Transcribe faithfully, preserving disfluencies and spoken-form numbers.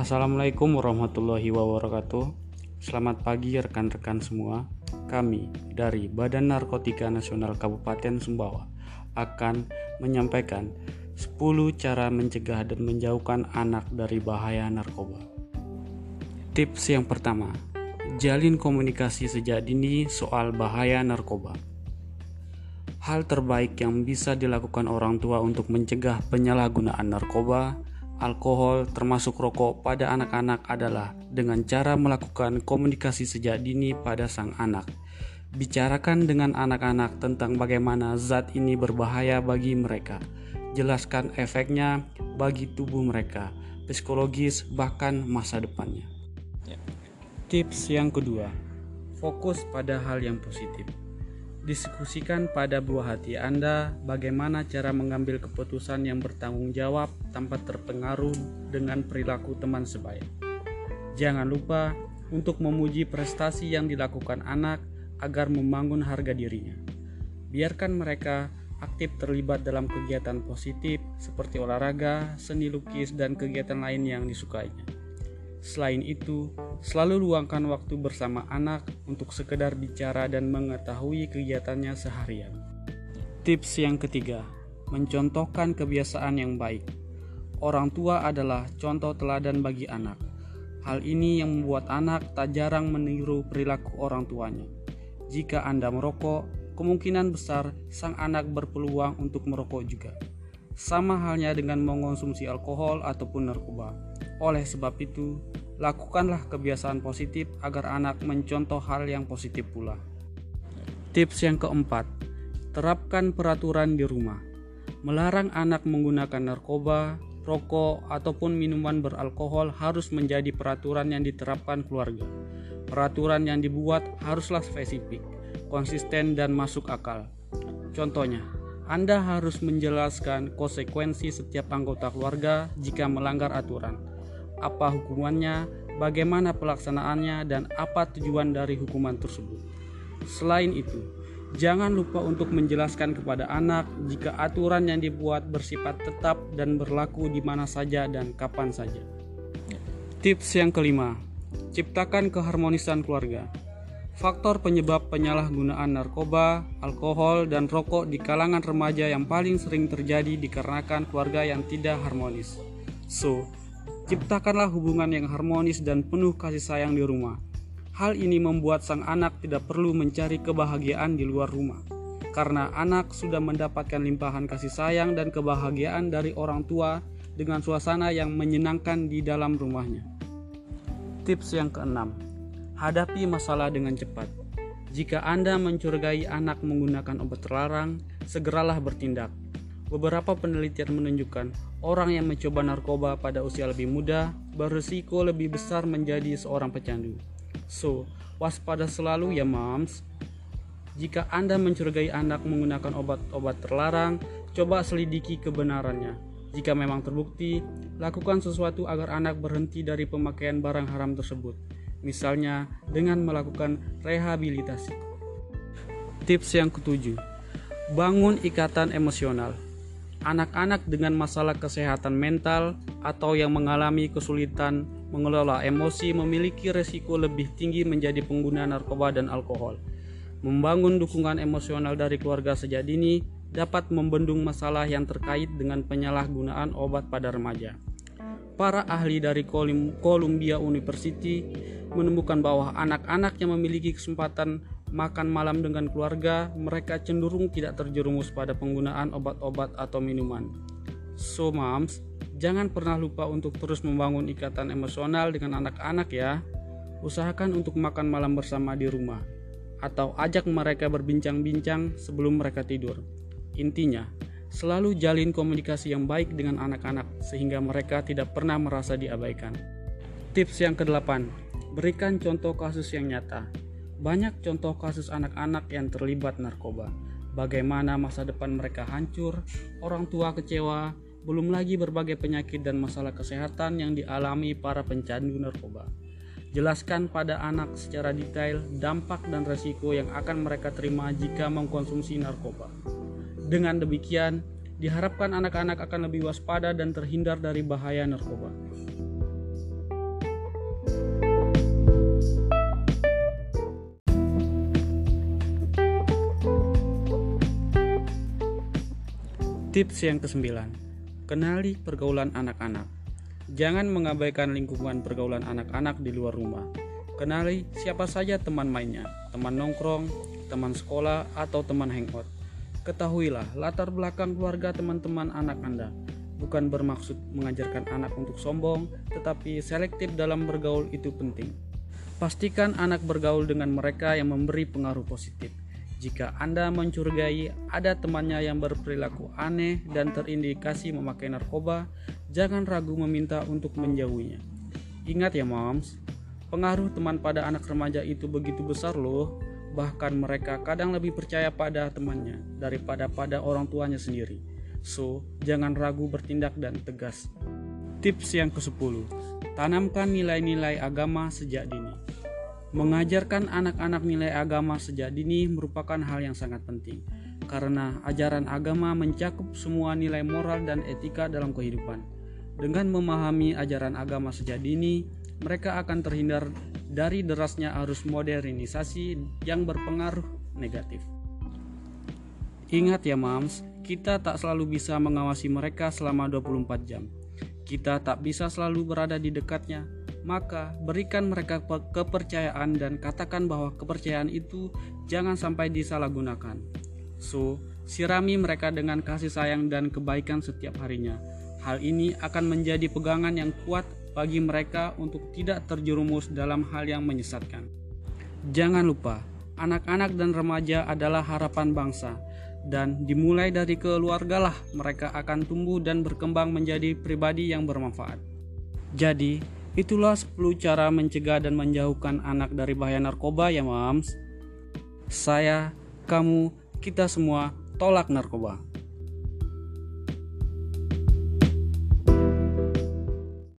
Assalamualaikum warahmatullahi wabarakatuh. Selamat pagi rekan-rekan semua. Kami dari Badan Narkotika Nasional Kabupaten Sumbawa akan menyampaikan sepuluh cara mencegah dan menjauhkan anak dari bahaya narkoba. Tips yang pertama, jalin komunikasi sejak dini soal bahaya narkoba. Hal terbaik yang bisa dilakukan orang tua untuk mencegah penyalahgunaan narkoba, alkohol, termasuk rokok pada anak-anak adalah dengan cara melakukan komunikasi sejak dini pada sang anak. Bicarakan dengan anak-anak tentang bagaimana zat ini berbahaya bagi mereka. Jelaskan efeknya bagi tubuh mereka, psikologis, bahkan masa depannya. Tips yang kedua, fokus pada hal yang positif. Diskusikan pada buah hati Anda bagaimana cara mengambil keputusan yang bertanggung jawab tanpa terpengaruh dengan perilaku teman sebaya. Jangan lupa untuk memuji prestasi yang dilakukan anak agar membangun harga dirinya. Biarkan mereka aktif terlibat dalam kegiatan positif seperti olahraga, seni lukis, dan kegiatan lain yang disukainya. Selain itu, selalu luangkan waktu bersama anak untuk sekedar bicara dan mengetahui kegiatannya seharian. Tips yang ketiga, mencontohkan kebiasaan yang baik. Orang tua adalah contoh teladan bagi anak. Hal ini yang membuat anak tak jarang meniru perilaku orang tuanya. Jika Anda merokok, kemungkinan besar sang anak berpeluang untuk merokok juga. Sama halnya dengan mengonsumsi alkohol ataupun narkoba. Oleh sebab itu, lakukanlah kebiasaan positif agar anak mencontoh hal yang positif pula. Tips yang keempat, terapkan peraturan di rumah. Melarang anak menggunakan narkoba, rokok, ataupun minuman beralkohol harus menjadi peraturan yang diterapkan keluarga. Peraturan yang dibuat haruslah spesifik, konsisten, dan masuk akal. Contohnya, Anda harus menjelaskan konsekuensi setiap anggota keluarga jika melanggar aturan. Apa hukumannya, bagaimana pelaksanaannya, dan apa tujuan dari hukuman tersebut. Selain itu, jangan lupa untuk menjelaskan kepada anak jika aturan yang dibuat bersifat tetap dan berlaku di mana saja dan kapan saja. Tips yang kelima, ciptakan keharmonisan keluarga. Faktor penyebab penyalahgunaan narkoba, alkohol, dan rokok di kalangan remaja yang paling sering terjadi dikarenakan keluarga yang tidak harmonis. So, ciptakanlah hubungan yang harmonis dan penuh kasih sayang di rumah. Hal ini membuat sang anak tidak perlu mencari kebahagiaan di luar rumah, karena anak sudah mendapatkan limpahan kasih sayang dan kebahagiaan dari orang tua dengan suasana yang menyenangkan di dalam rumahnya. Tips yang keenam, hadapi masalah dengan cepat. Jika Anda mencurigai anak menggunakan obat terlarang, segeralah bertindak. Beberapa penelitian menunjukkan orang yang mencoba narkoba pada usia lebih muda berisiko lebih besar menjadi seorang pecandu. So, waspada selalu ya moms. Jika Anda mencurigai anak menggunakan obat-obat terlarang, coba selidiki kebenarannya. Jika memang terbukti, lakukan sesuatu agar anak berhenti dari pemakaian barang haram tersebut. Misalnya dengan melakukan rehabilitasi. Tips yang ketujuh, bangun ikatan emosional. Anak-anak dengan masalah kesehatan mental atau yang mengalami kesulitan mengelola emosi memiliki resiko lebih tinggi menjadi pengguna narkoba dan alkohol. Membangun dukungan emosional dari keluarga sejak dini dapat membendung masalah yang terkait dengan penyalahgunaan obat pada remaja. Para ahli dari Columbia University menemukan bahwa anak-anak yang memiliki kesempatan makan malam dengan keluarga, mereka cenderung tidak terjerumus pada penggunaan obat-obat atau minuman. So moms, jangan pernah lupa untuk terus membangun ikatan emosional dengan anak-anak ya. Usahakan untuk makan malam bersama di rumah, atau ajak mereka berbincang-bincang sebelum mereka tidur. Intinya, selalu jalin komunikasi yang baik dengan anak-anak sehingga mereka tidak pernah merasa diabaikan. Tips yang kedelapan, berikan contoh kasus yang nyata. Banyak contoh kasus anak-anak yang terlibat narkoba. Bagaimana masa depan mereka hancur, orang tua kecewa, belum lagi berbagai penyakit dan masalah kesehatan yang dialami para pencandu narkoba. Jelaskan pada anak secara detail dampak dan resiko yang akan mereka terima jika mengkonsumsi narkoba. Dengan demikian, diharapkan anak-anak akan lebih waspada dan terhindar dari bahaya narkoba. Tips yang kesembilan, kenali pergaulan anak-anak. Jangan mengabaikan lingkungan pergaulan anak-anak di luar rumah. Kenali siapa saja teman mainnya, teman nongkrong, teman sekolah, atau teman hangout. Ketahuilah latar belakang keluarga teman-teman anak Anda. Bukan bermaksud mengajarkan anak untuk sombong, tetapi selektif dalam bergaul itu penting. Pastikan anak bergaul dengan mereka yang memberi pengaruh positif. Jika Anda mencurigai ada temannya yang berperilaku aneh dan terindikasi memakai narkoba, jangan ragu meminta untuk menjauhinya. Ingat ya moms, pengaruh teman pada anak remaja itu begitu besar loh. Bahkan mereka kadang lebih percaya pada temannya daripada pada orang tuanya sendiri. So, jangan ragu bertindak dan tegas. Tips yang kesepuluh, tanamkan nilai-nilai agama sejak dini. Mengajarkan anak-anak nilai agama sejak dini merupakan hal yang sangat penting, karena ajaran agama mencakup semua nilai moral dan etika dalam kehidupan. Dengan memahami ajaran agama sejak dini, mereka akan terhindar dari derasnya arus modernisasi yang berpengaruh negatif. Ingat ya mams, kita tak selalu bisa mengawasi mereka selama dua puluh empat jam. Kita tak bisa selalu berada di dekatnya. Maka berikan mereka kepercayaan dan katakan bahwa kepercayaan itu jangan sampai disalahgunakan. So, sirami mereka dengan kasih sayang dan kebaikan setiap harinya. Hal ini akan menjadi pegangan yang kuat bagi mereka untuk tidak terjerumus dalam hal yang menyesatkan. Jangan lupa, anak-anak dan remaja adalah harapan bangsa, dan dimulai dari keluargalah mereka akan tumbuh dan berkembang menjadi pribadi yang bermanfaat. Jadi, itulah sepuluh cara mencegah dan menjauhkan anak dari bahaya narkoba ya mams. Saya, kamu, kita semua tolak narkoba.